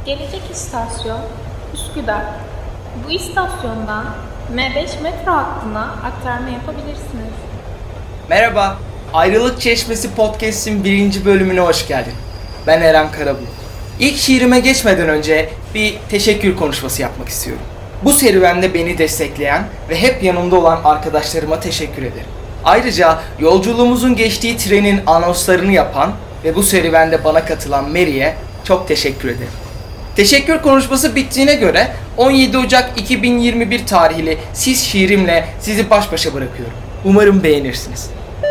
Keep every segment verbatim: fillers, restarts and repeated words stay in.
Gelecek istasyon Üsküdar. Bu istasyondan M beş metro hattına aktarma yapabilirsiniz. Merhaba, Ayrılık Çeşmesi Podcast'in birinci bölümüne hoş geldin. Ben Eren Karabulut. İlk şiirime geçmeden önce bir teşekkür konuşması yapmak istiyorum. Bu serüvende beni destekleyen ve hep yanımda olan arkadaşlarıma teşekkür ederim. Ayrıca yolculuğumuzun geçtiği trenin anonslarını yapan ve bu serüvende bana katılan Mary'e çok teşekkür ederim. Teşekkür konuşması bittiğine göre on yedi Ocak iki bin yirmi bir tarihli Siz şiirimle sizi baş başa bırakıyorum. Umarım beğenirsiniz.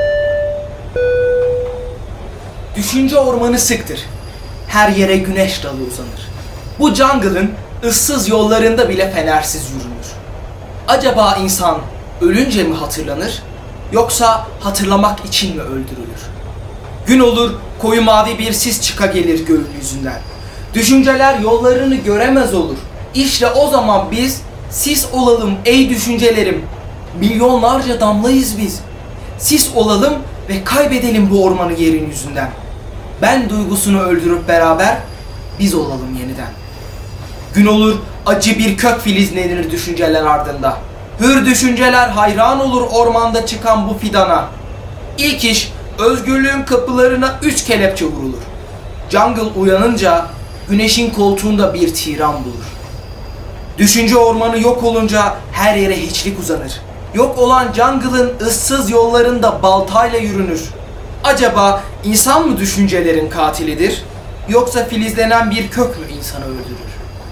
Düşünce ormanı sıktır. Her yere güneş dalı uzanır. Bu jungle'ın ıssız yollarında bile fenersiz yürünür. Acaba insan ölünce mi hatırlanır, yoksa hatırlamak için mi öldürülür? Gün olur koyu mavi bir sis çıka gelir göğün yüzünden. Düşünceler yollarını göremez olur. İşte o zaman biz sis olalım ey düşüncelerim. Milyonlarca damlayız biz. Sis olalım ve kaybedelim bu ormanı yerin yüzünden. Ben duygusunu öldürüp beraber biz olalım yeniden. Gün olur acı bir kök filizlenir düşünceler ardında. Hür düşünceler hayran olur ormanda çıkan bu fidana. İlk iş özgürlüğün kapılarına üç kelepçe vurulur. Jungle uyanınca güneşin koltuğunda bir tiran bulur. Düşünce ormanı yok olunca her yere hiçlik uzanır. Yok olan jungle'ın ıssız yollarında baltayla yürünür. Acaba insan mı düşüncelerin katilidir, yoksa filizlenen bir kök mü insanı öldürür?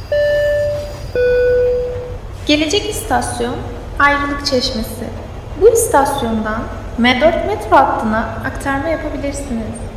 Gelecek istasyon Ayrılık Çeşmesi. Bu istasyondan M dört metro hattına aktarma yapabilirsiniz.